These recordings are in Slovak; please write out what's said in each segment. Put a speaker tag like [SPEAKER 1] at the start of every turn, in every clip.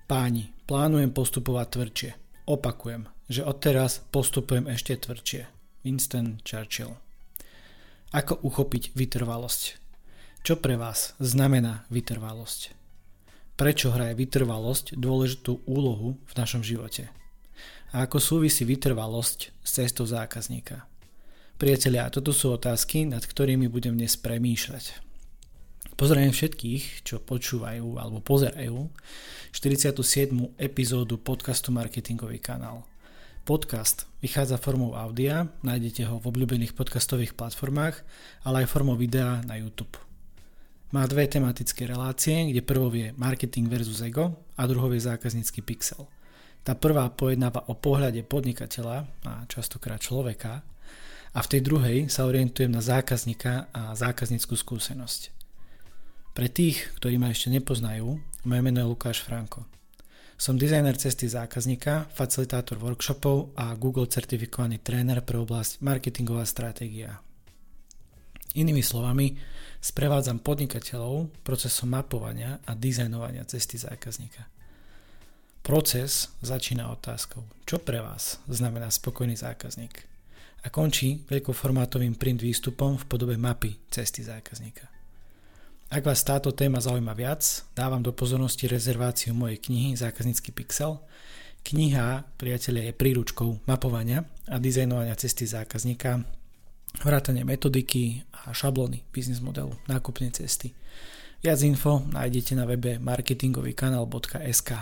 [SPEAKER 1] Páni, plánujem postupovať tvrdšie. Opakujem, že odteraz postupujem ešte tvrdšie. Winston Churchill. Ako uchopiť vytrvalosť? Čo pre vás znamená vytrvalosť? Prečo hraje vytrvalosť dôležitú úlohu v našom živote? A ako súvisí vytrvalosť s cestou zákazníka? Priatelia, toto sú otázky, nad ktorými budem dnes premýšľať. Pozdravujem všetkých, čo počúvajú alebo pozerajú 47. epizódu podcastu Marketingový kanál. Podcast vychádza formou audia, nájdete ho v obľúbených podcastových platformách, ale aj formou videa na YouTube. Má dve tematické relácie, kde prvou je marketing versus ego a druhou je zákaznícky pixel. Tá prvá pojednáva o pohľade podnikateľa a častokrát človeka a v tej druhej sa orientujem na zákazníka a zákaznícku skúsenosť. Pre tých, ktorí ma ešte nepoznajú, moje meno je Lukáš Franko. Som dizajner cesty zákazníka, facilitátor workshopov a Google certifikovaný tréner pre oblasť marketingová stratégia. Inými slovami, sprevádzam podnikateľov procesom mapovania a dizajnovania cesty zákazníka. Proces začína otázkou, čo pre vás znamená spokojný zákazník a končí veľkoformátovým print výstupom v podobe mapy cesty zákazníka. Ak vás táto téma zaujíma viac, dávam do pozornosti rezerváciu mojej knihy Zákaznícky pixel. Kniha, priatelia, je príručkou mapovania a dizajnovania cesty zákazníka, vrátane metodiky a šablóny biznis modelu nákupnej cesty. Viac info nájdete na webe marketingovýkanal.sk.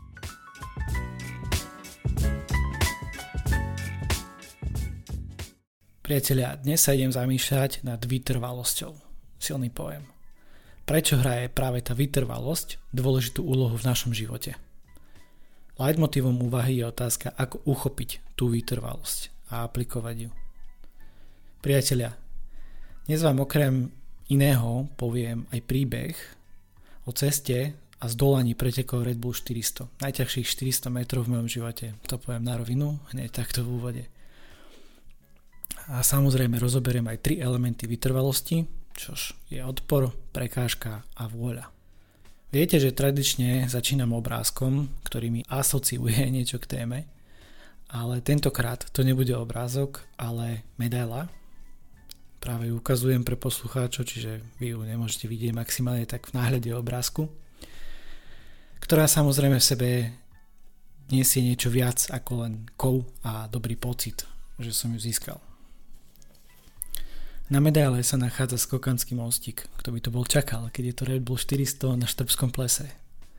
[SPEAKER 1] Priatelia, dnes sa idem zamýšľať nad vytrvalosťou. Silný pojem. Prečo hraje práve tá vytrvalosť dôležitú úlohu v našom živote? Leitmotívom úvahy je otázka, ako uchopiť tú vytrvalosť a aplikovať ju. Priatelia, dnes vám okrem iného poviem aj príbeh o ceste a zdolaní pretekov Red Bull 400. Najťažších 400 metrov v mojom živote. To poviem na rovinu, hneď takto v úvode. A samozrejme rozoberiem aj 3 elementy vytrvalosti, čož je odpor, prekážka a vôľa. Viete, že tradične začínam obrázkom, ktorý mi asociuje niečo k téme, ale tentokrát to nebude obrázok, ale medaila. Práve ju ukazujem pre poslucháčov, čiže vy ju nemôžete vidieť maximálne tak v náhľade obrázku, ktorá samozrejme v sebe nesie niečo viac ako len kov a dobrý pocit, že som ju získal. Na medaile sa nachádza skokanský mostík. Kto by to bol čakal, keď je to Red Bull 400 na Štrbskom plese.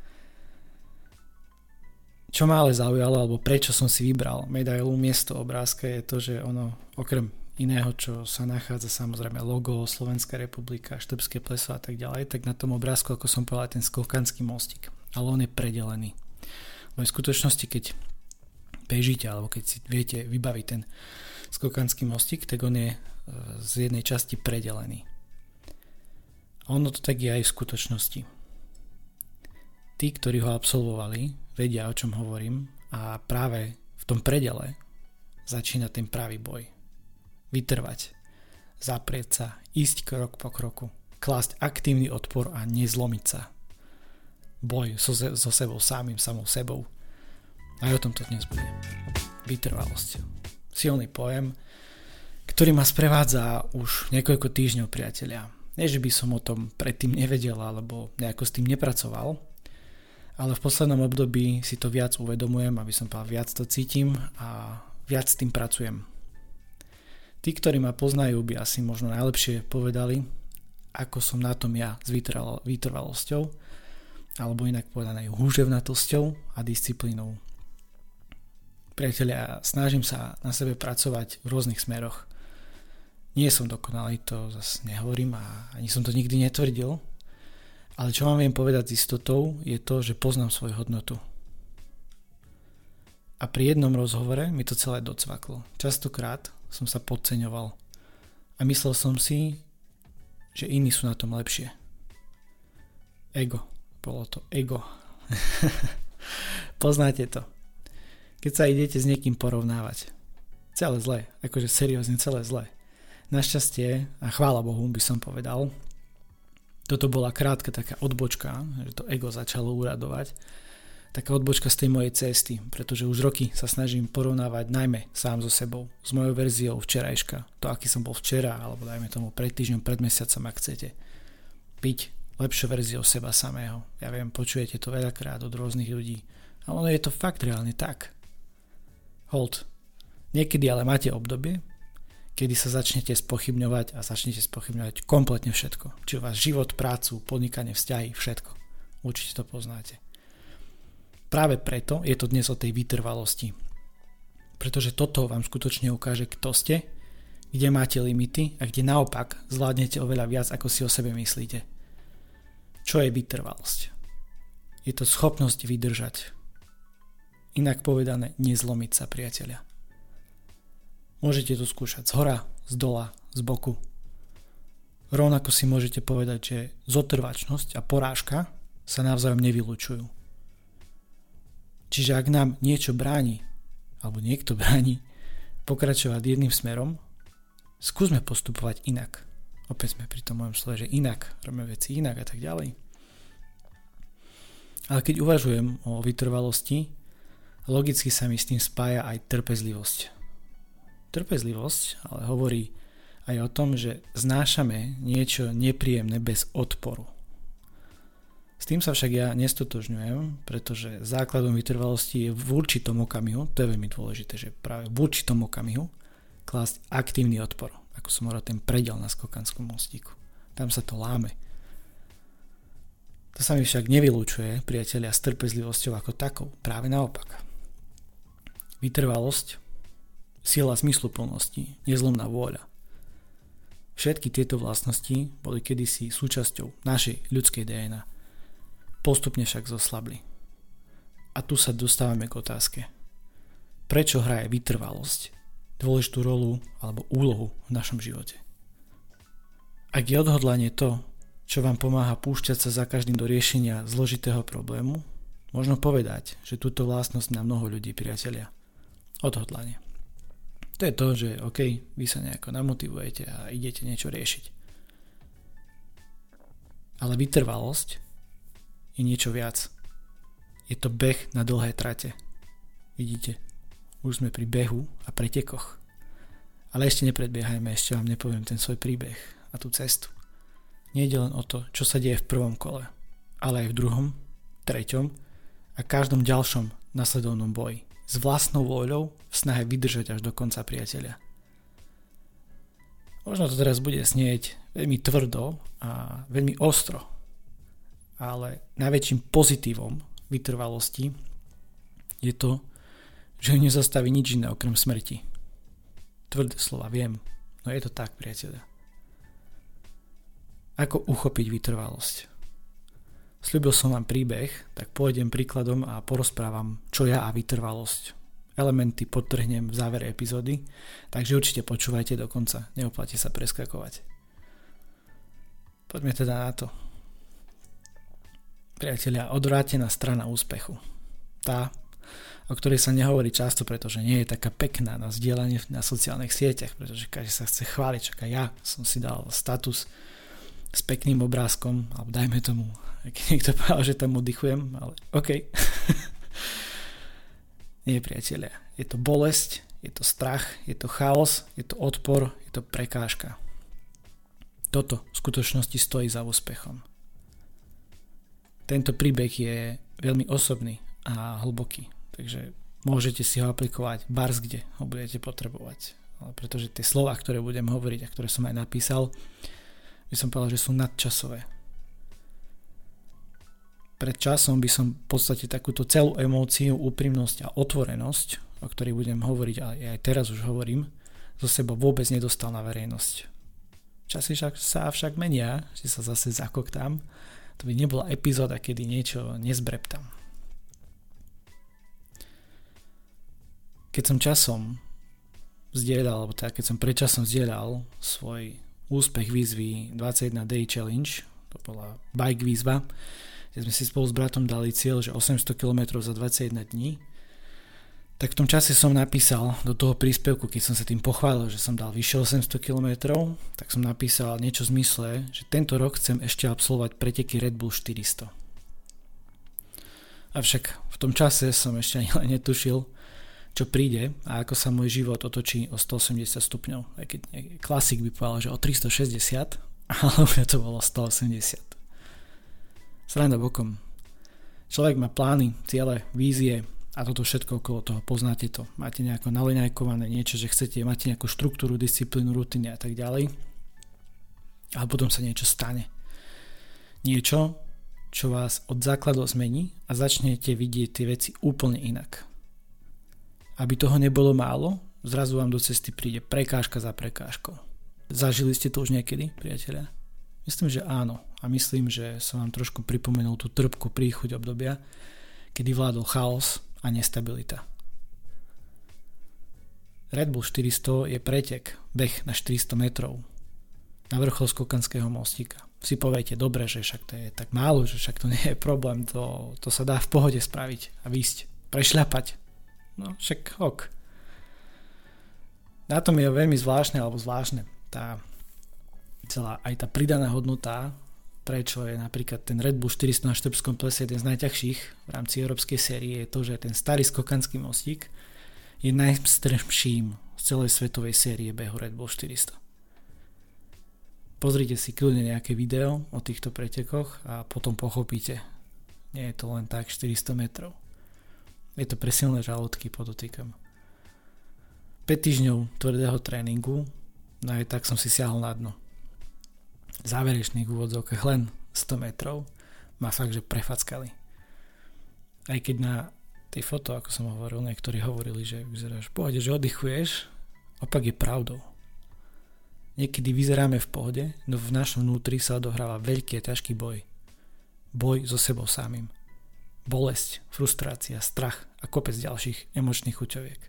[SPEAKER 1] Čo ma ale zaujalo, alebo prečo som si vybral medailu miesto obrázka, je to, že ono, okrem iného, čo sa nachádza samozrejme logo, Slovenská republika, Štrbské pleso a tak ďalej, tak na tom obrázku, ako som povedal, ten skokanský mostík. Ale on je predelený. V skutočnosti, keď bežíte, alebo keď si viete vybaviť ten skokanský mostík, tak on je z jednej časti predelený. A ono to tak je aj v skutočnosti. Tí, ktorí ho absolvovali, vedia, o čom hovorím, a práve v tom predele začína ten pravý boj. Vytrvať, zaprieť sa, ísť krok po kroku, klásť aktívny odpor a nezlomiť sa. Boj so sebou samým, samou sebou. Aj o tom to dnes bude. Vytrvalosť. Silný pojem, ktorý ma sprevádza už niekoľko týždňov, priatelia. Nie, že by som o tom predtým nevedel alebo nejako s tým nepracoval, ale v poslednom období si to viac uvedomujem, aby som povedal, viac to cítim a viac s tým pracujem. Tí, ktorí ma poznajú, by asi možno najlepšie povedali, ako som na tom ja s vytrvalosťou, alebo inak povedané húževnatosťou a disciplínou. Priatelia, snažím sa na sebe pracovať v rôznych smeroch. Nie som dokonalý, to zase nehovorím a ani som to nikdy netvrdil, ale čo vám viem povedať s istotou je to, že poznám svoju hodnotu. A pri jednom rozhovore mi to celé docvaklo. Častokrát som sa podceňoval a myslel som si, že iní sú na tom lepšie. Ego. Bolo to ego. Poznáte to. Keď sa idete s niekým porovnávať. Celé zlé. Akože seriózne celé zlé. Našťastie, a chvála Bohu by som povedal, toto bola krátka taká odbočka, že to ego začalo uradovať. taká odbočka z tej mojej cesty, pretože už roky sa snažím porovnávať najmä sám so sebou, s mojou verziou včerajška, to aký som bol včera, alebo dajme tomu pred týždňom, pred mesiacom, ak chcete. Byť lepšou verziou seba samého. Ja viem, počujete to veľakrát od rôznych ľudí, ale ono je to fakt reálne tak. Hold. Niekedy ale máte obdobie, kedy sa začnete spochybňovať a začnete spochybňovať kompletne všetko. Či váš život, prácu, podnikanie, vzťahy, všetko. Určite to poznáte. Práve preto je to dnes o tej vytrvalosti. Pretože toto vám skutočne ukáže, kto ste, kde máte limity a kde naopak zvládnete oveľa viac, ako si o sebe myslíte. Čo je vytrvalosť? Je to schopnosť vydržať. Inak povedané, nezlomiť sa, priatelia. Môžete to skúšať z hora, z dola, z boku. Rovnako si môžete povedať, že zotrvačnosť a porážka sa navzájom nevylučujú. Čiže ak nám niečo bráni, alebo niekto bráni pokračovať jedným smerom, skúsme postupovať inak. Opäť sme pri tom mojom slove, že inak, robíme veci inak a tak ďalej. Ale keď uvažujem o vytrvalosti, logicky sa mi s tým spája aj trpezlivosť. Trpezlivosť ale hovorí aj o tom, že znášame niečo nepríjemné bez odporu. S tým sa však ja nestotožňujem, pretože základom vytrvalosti je v určitom okamihu, to je veľmi dôležité, že práve v určitom okamihu klásť aktívny odpor, ako som hovoril, ten prediel na skokanskom mostíku. Tam sa to láme. To sa mi však nevylučuje, priatelia, s trpezlivosťou ako takou, práve naopak. Vytrvalosť, sila zmysluplnosti, nezlomná vôľa. Všetky tieto vlastnosti boli kedysi súčasťou našej ľudskej DNA. Postupne však zoslabli. A tu sa dostávame k otázke. Prečo hraje vytrvalosť dôležitú rolu alebo úlohu v našom živote? Ak je odhodlanie to, čo vám pomáha púšťať sa za každým do riešenia zložitého problému, možno povedať, že túto vlastnosť má mnoho ľudí, priatelia. Odhodlanie. To je to, že OK, vy sa nejako namotivujete a idete niečo riešiť. Ale vytrvalosť je niečo viac. Je to beh na dlhé trate. Vidíte, už sme pri behu a pretekoch. Ale ešte nepredbiehajme, ešte vám nepoviem ten svoj príbeh a tú cestu. Nejde len o to, čo sa deje v prvom kole, ale aj v druhom, treťom a každom ďalšom nasledovnom boji. S vlastnou vôľou v snahe vydržať až do konca, priatelia. Možno to teraz bude znieť veľmi tvrdo a veľmi ostro, ale najväčším pozitívom vytrvalosti je to, že ho nezastaví nič iné okrem smrti. Tvrdé slova, viem, no je to tak, priatelia. Ako uchopiť vytrvalosť? Sľúbil som vám príbeh, tak pôjdem príkladom a porozprávam, čo ja a vytrvalosť. Elementy podtrhnem v závere epizódy, takže určite počúvajte do konca, neoplatí sa preskakovať. Poďme teda na to. Priatelia, odvrátená strana úspechu. Tá, o ktorej sa nehovorí často, pretože nie je taká pekná na zdieľanie na sociálnych sieťach, pretože každý sa chce chváliť, čaká ja som si dal status s pekným obrázkom, alebo dajme tomu, keď niekto povedal, že tam oddychujem, ale OK. Nie, priatelia, je to bolesť, je to strach, je to chaos, je to odpor, je to prekážka. Toto v skutočnosti stojí za úspechom. Tento príbeh je veľmi osobný a hlboký, takže môžete si ho aplikovať bars, kde ho budete potrebovať. Ale pretože tie slová, ktoré budem hovoriť a ktoré som aj napísal, by som povedal, že sú nadčasové. Pred časom by som v podstate takúto celú emóciu, úprimnosť a otvorenosť, o ktorej budem hovoriť, ale aj teraz už hovorím, zo seba vôbec nedostal na verejnosť. Časy sa však menia, že sa zase zakoktám. To by nebola epizóda, kedy niečo nezbreptam. Keď som časom zdieľal, alebo tak, keď som predčasom zdieľal svoj úspech výzvy 21 Day Challenge, to bola bike výzva, kde sme si spolu s bratom dali cieľ, že 800 km za 21 dní, tak v tom čase som napísal do toho príspevku, keď som sa tým pochválil, že som dal vyše 800 km, tak som napísal niečo v zmysle, že tento rok chcem ešte absolvovať preteky Red Bull 400. Avšak v tom čase som ešte ani len netušil, čo príde a ako sa môj život otočí o 180 stupňov. Aj keď klasik by povedal, že o 360, ale už to bolo 180. Sranda bokom. Človek má plány, ciele, vízie a toto všetko okolo toho, poznáte to. Máte nejako naleňajkované niečo, že chcete, máte nejakú štruktúru, disciplínu, rutiny a tak ďalej. Ale potom sa niečo stane. Niečo, čo vás od základov zmení a začnete vidieť tie veci úplne inak. Aby toho nebolo málo, zrazu vám do cesty príde prekážka za prekážkou. Zažili ste to už niekedy, priatelia? Myslím, že áno. A myslím, že som vám trošku pripomenul tú trpkú príchuť obdobia, kedy vládol chaos a nestabilita. Red Bull 400 je pretek, beh na 400 metrov na vrchol skokanského mostíka. Si poviete, dobre, že však to je tak málo, že však to nie je problém, to sa dá v pohode spraviť a výjsť, prešľapať. No však ok. Na tom je veľmi zvláštne tá celá aj tá pridaná hodnota, prečo je napríklad ten Red Bull 400 na Štrbskom plese jeden z najťažších v rámci európskej série, je to, že ten starý skokanský mostík je najstrmším z celej svetovej série behu Red Bull 400. Pozrite si kľudne nejaké video o týchto pretekoch a potom pochopíte. Nie je to len tak 400 metrov. Je to pre silné žalúdky, podotýkam. 5 týždňov tvrdého tréningu, no aj tak som si siahol na dno. Záverečných úvodzovkách len 100 metrov ma fakt, že prefackali. Aj keď na tej foto, ako som hovoril, niektorí hovorili, že vyzeráš v pohode, že oddychuješ, opak je pravdou. Niekedy vyzeráme v pohode, no v našom vnútri sa odohráva veľký a ťažký boj. Boj so sebou samým. Bolesť, frustrácia, strach a kopec ďalších emočných chuťoviek.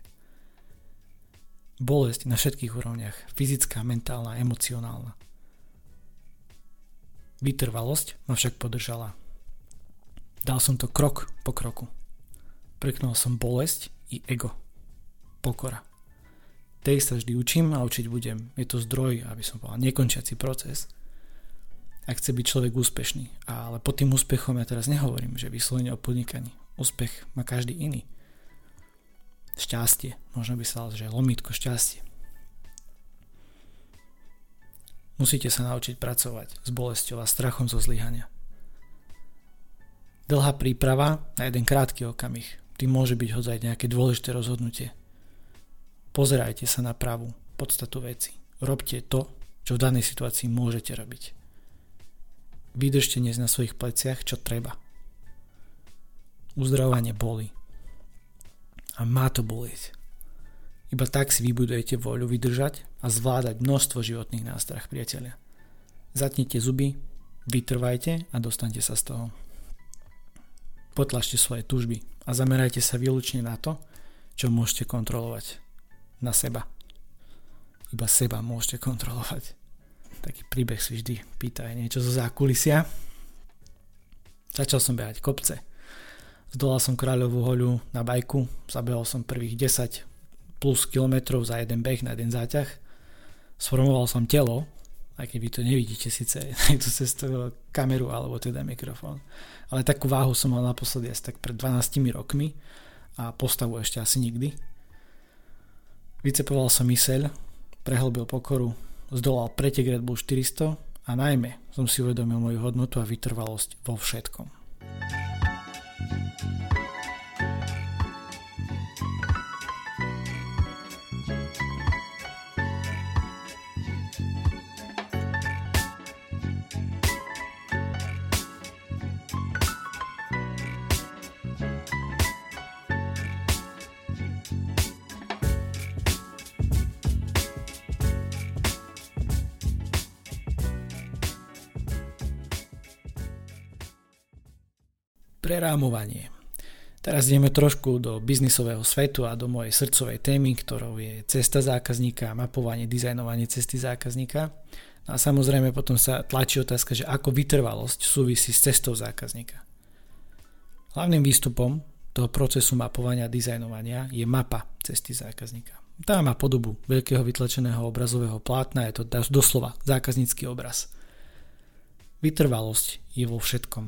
[SPEAKER 1] Bolesť na všetkých úrovniach, fyzická, mentálna, emocionálna. Vytrvalosť ma však podržala. Dal som to krok po kroku. Preknul som bolesť i ego. Pokora. Tej sa vždy učím a učiť budem. Je to zdroj, aby som povedal, nekončiaci proces. Ak chce byť človek úspešný. Ale pod tým úspechom ja teraz nehovorím, že vyslovene o podnikaní. Úspech má každý iný. Šťastie. Možno by sa dal, že lomítko šťastie. Musíte sa naučiť pracovať s bolesťou a strachom zo zlyhania. Dlhá príprava na jeden krátky okamih. Tým môže byť hodzaj nejaké dôležité rozhodnutie. Pozerajte sa na pravú podstatu veci. Robte to, čo v danej situácii môžete robiť. Vydržte dnes na svojich pleciach, čo treba. Uzdravovanie bolí. A má to bolieť. Iba tak si vybudujete voľu vydržať a zvládať množstvo životných nástrah, priatelia. Zatnite zuby, vytrvajte a dostaňte sa z toho. Potlačte svoje túžby a zamerajte sa výlučne na to, čo môžete kontrolovať. Na seba. Iba seba môžete kontrolovať. Taký príbeh si vždy pýta aj niečo zo zákulisia. Začal som behať kopce. Zdolal som Kráľovú hoľu na bajku, zabehol som prvých 10 plus kilometrov za jeden beh na jeden záťah. Sformoval som telo, aj keď vy to nevidíte síce aj tu cez kameru alebo teda mikrofón. Ale takú váhu som mal naposledy asi tak pred 12 rokmi a postavu ešte asi nikdy. Vycepoval som myseľ, prehlbil pokoru, zdolal pretek Red Bull 400 a najmä som si uvedomil moju hodnotu a vytrvalosť vo všetkom. Prerámovanie. Teraz ideme trošku do biznisového svetu a do mojej srdcovej témy, ktorou je cesta zákazníka, mapovanie, dizajnovanie cesty zákazníka. A samozrejme potom sa tlačí otázka, že ako vytrvalosť súvisí s cestou zákazníka. Hlavným výstupom toho procesu mapovania a dizajnovania je mapa cesty zákazníka. Tá má podobu veľkého vytlačeného obrazového plátna, je to doslova zákaznícky obraz. Vytrvalosť je vo všetkom.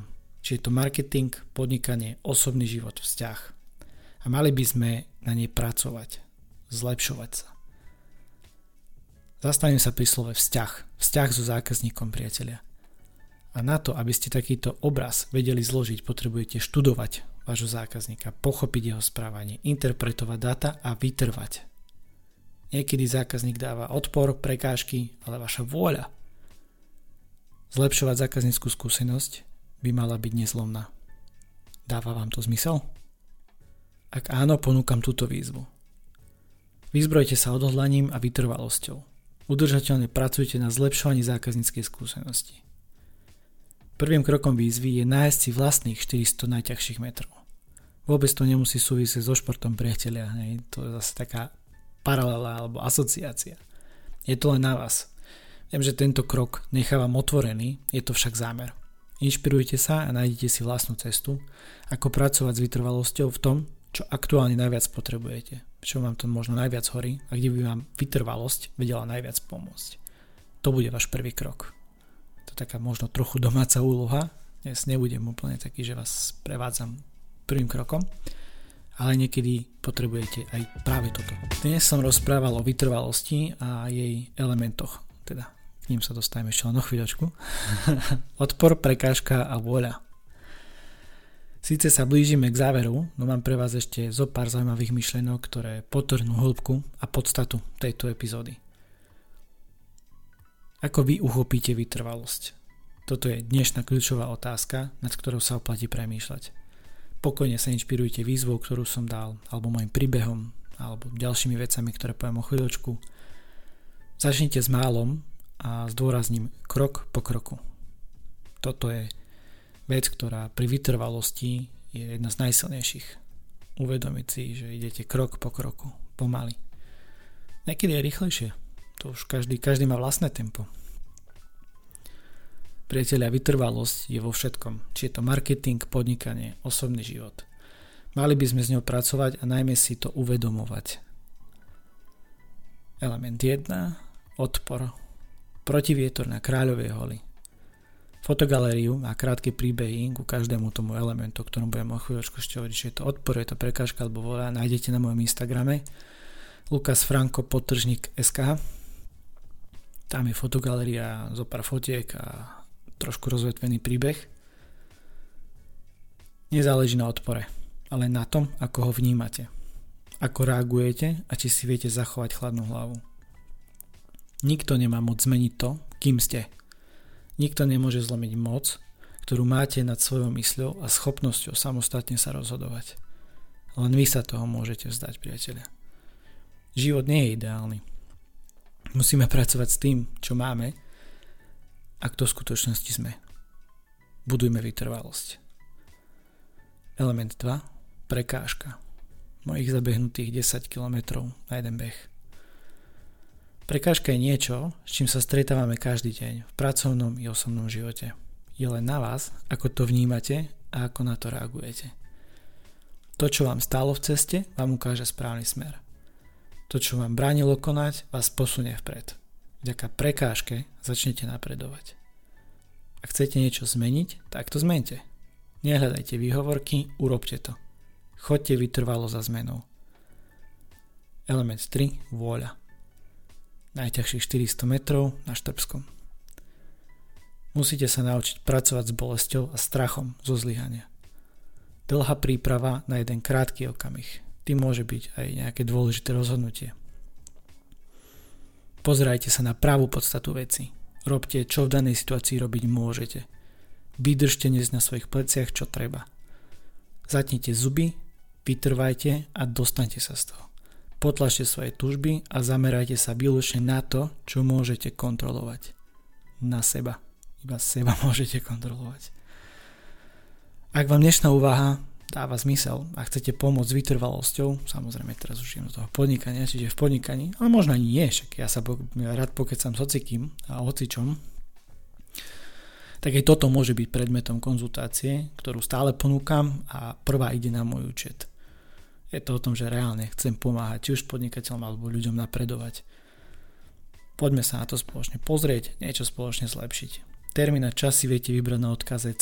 [SPEAKER 1] či je to marketing, podnikanie, osobný život, vzťah. A mali by sme na nej pracovať, zlepšovať sa. Zastavím sa pri slove vzťah. Vzťah so zákazníkom, priatelia. A na to, aby ste takýto obraz vedeli zložiť, potrebujete študovať vášho zákazníka, pochopiť jeho správanie, interpretovať dáta a vytrvať. Niekedy zákazník dáva odpor, prekážky, ale vaša vôľa zlepšovať zákaznícku skúsenosť by mala byť nezlomná. Dáva vám to zmysel? Ak áno, ponúkam túto výzvu. Vyzbrojte sa odhodlaním a vytrvalosťou. Udržateľne pracujte na zlepšovaní zákazníckej skúsenosti. Prvým krokom výzvy je nájsť si vlastných 400 najťažších metrov. Vôbec to nemusí súvisieť so športom, priatelia. To je zase taká paralela alebo asociácia. Je to len na vás. Viem, že tento krok nechávam otvorený, je to však zámer. Inšpirujte sa a nájdete si vlastnú cestu, ako pracovať s vytrvalosťou v tom, čo aktuálne najviac potrebujete, čo vám to možno najviac horí a kde by vám vytrvalosť vedela najviac pomôcť. To bude váš prvý krok. To je taká možno trochu domáca úloha. Dnes nebudem úplne taký, že vás prevádzam prvým krokom, ale niekedy potrebujete aj práve toto. Dnes som rozprával o vytrvalosti a jej elementoch, teda k ním sa dostaneme ešte len o chvíľočku. Odpor, prekážka a vôľa. Síce sa blížime k záveru, no mám pre vás ešte zo pár zaujímavých myšlienok, ktoré podtrhnú hĺbku a podstatu tejto epizódy. Ako vy uchopíte vytrvalosť? Toto je dnešná kľúčová otázka, nad ktorou sa oplatí premýšľať. Pokojne sa inšpirujte výzvou, ktorú som dal, alebo môjim príbehom, alebo ďalšími vecami, ktoré poviem o chvíľočku. Začnite s málom a zdôrazním krok po kroku. Toto je vec, ktorá pri vytrvalosti je jedna z najsilnejších. Uvedomiť si, že idete krok po kroku, pomaly. Niekedy je rýchlejšie. To už každý má vlastné tempo. Priatelia, vytrvalosť je vo všetkom. Či je to marketing, podnikanie, osobný život. Mali by sme s ňou pracovať a najmä si to uvedomovať. Element 1. Odpor. Protivietor na Kráľovej holi. Fotogalériu a krátke príbehy ku každému tomu elementu, o ktorom budem o chvíľočku ešte hovoriť, či je to odpor, je to prekážka alebo voľa, nájdete na mojom Instagrame LukasFranko_SK. Tam je fotogaléria, zo pár fotiek a trošku rozvetvený príbeh. Nezáleží na odpore, ale na tom, ako ho vnímate, ako reagujete a či si viete zachovať chladnú hlavu. Nikto nemá moc zmeniť to, kým ste. Nikto nemôže zlomiť moc, ktorú máte nad svojou mysľou a schopnosťou samostatne sa rozhodovať. Len vy sa toho môžete vzdať, priatelia. Život nie je ideálny. Musíme pracovať s tým, čo máme, a kto v skutočnosti sme. Budujme vytrvalosť. Element 2. Prekážka. Mojich zabehnutých 10 km na jeden beh. Prekážka je niečo, s čím sa stretávame každý deň v pracovnom i osobnom živote. Je len na vás, ako to vnímate a ako na to reagujete. To, čo vám stálo v ceste, vám ukáže správny smer. To, čo vám bránilo konať, vás posunie vpred. Vďaka prekážke začnete napredovať. Ak chcete niečo zmeniť, tak to zmente. Nehľadajte výhovorky, urobte to. Choďte vytrvalo za zmenou. Element 3. Vôľa. Najťažších 400 metrov na Štrbskom. Musíte sa naučiť pracovať s bolesťou a strachom zo zlyhania. Dlhá príprava na jeden krátky okamih. Tým môže byť aj nejaké dôležité rozhodnutie. Pozerajte sa na pravú podstatu veci. Robte, čo v danej situácii robiť môžete. Vydržte niesť na svojich pleciach, čo treba. Zatnite zuby, vytrvajte a dostaňte sa z toho. Potlačte svoje túžby a zamerajte sa výlučne na to, čo môžete kontrolovať. Na seba. Iba seba môžete kontrolovať. Ak vám dnešná úvaha dáva zmysel a chcete pomôcť s vytrvalosťou, samozrejme teraz už idem do toho podnikania, čiže v podnikaní, ale možno ani nie, však ja sa rád pokecam s hocikým a hocičom, tak aj toto môže byť predmetom konzultácie, ktorú stále ponúkam a prvá ide na môj účet. Je to o tom, že reálne chcem pomáhať či už podnikateľom alebo ľuďom napredovať. Poďme sa na to spoločne pozrieť, niečo spoločne zlepšiť. Termín a časy viete vybrať na odkaze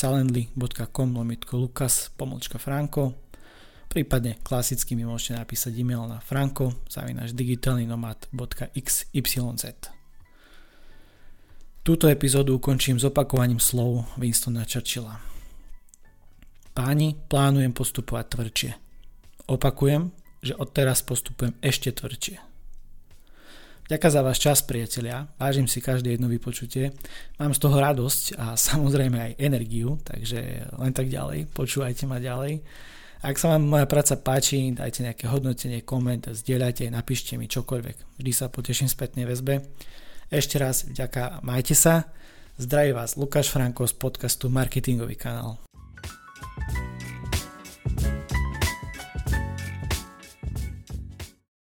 [SPEAKER 1] calendly.com/Lukas-Franko. Prípadne klasicky mi môžete napísať e-mail na franko@digitalnynomad.xyz. Túto epizódu ukončím s opakovaním slov Winstona Churchilla. Páni, plánujem postupovať tvrdšie. Opakujem, že odteraz postupujem ešte tvrdšie. Ďakujem za váš čas, priatelia. Vážim si každé jedno vypočutie. Mám z toho radosť a samozrejme aj energiu, takže len tak ďalej. Počúvajte ma ďalej. Ak sa vám moja práca páči, dajte nejaké hodnotenie, koment, zdieľajte, napíšte mi čokoľvek. Vždy sa poteším spätnej väzbe. Ešte raz vďaka, majte sa. Zdraví vás Lukáš Franko z podcastu Marketingový kanál.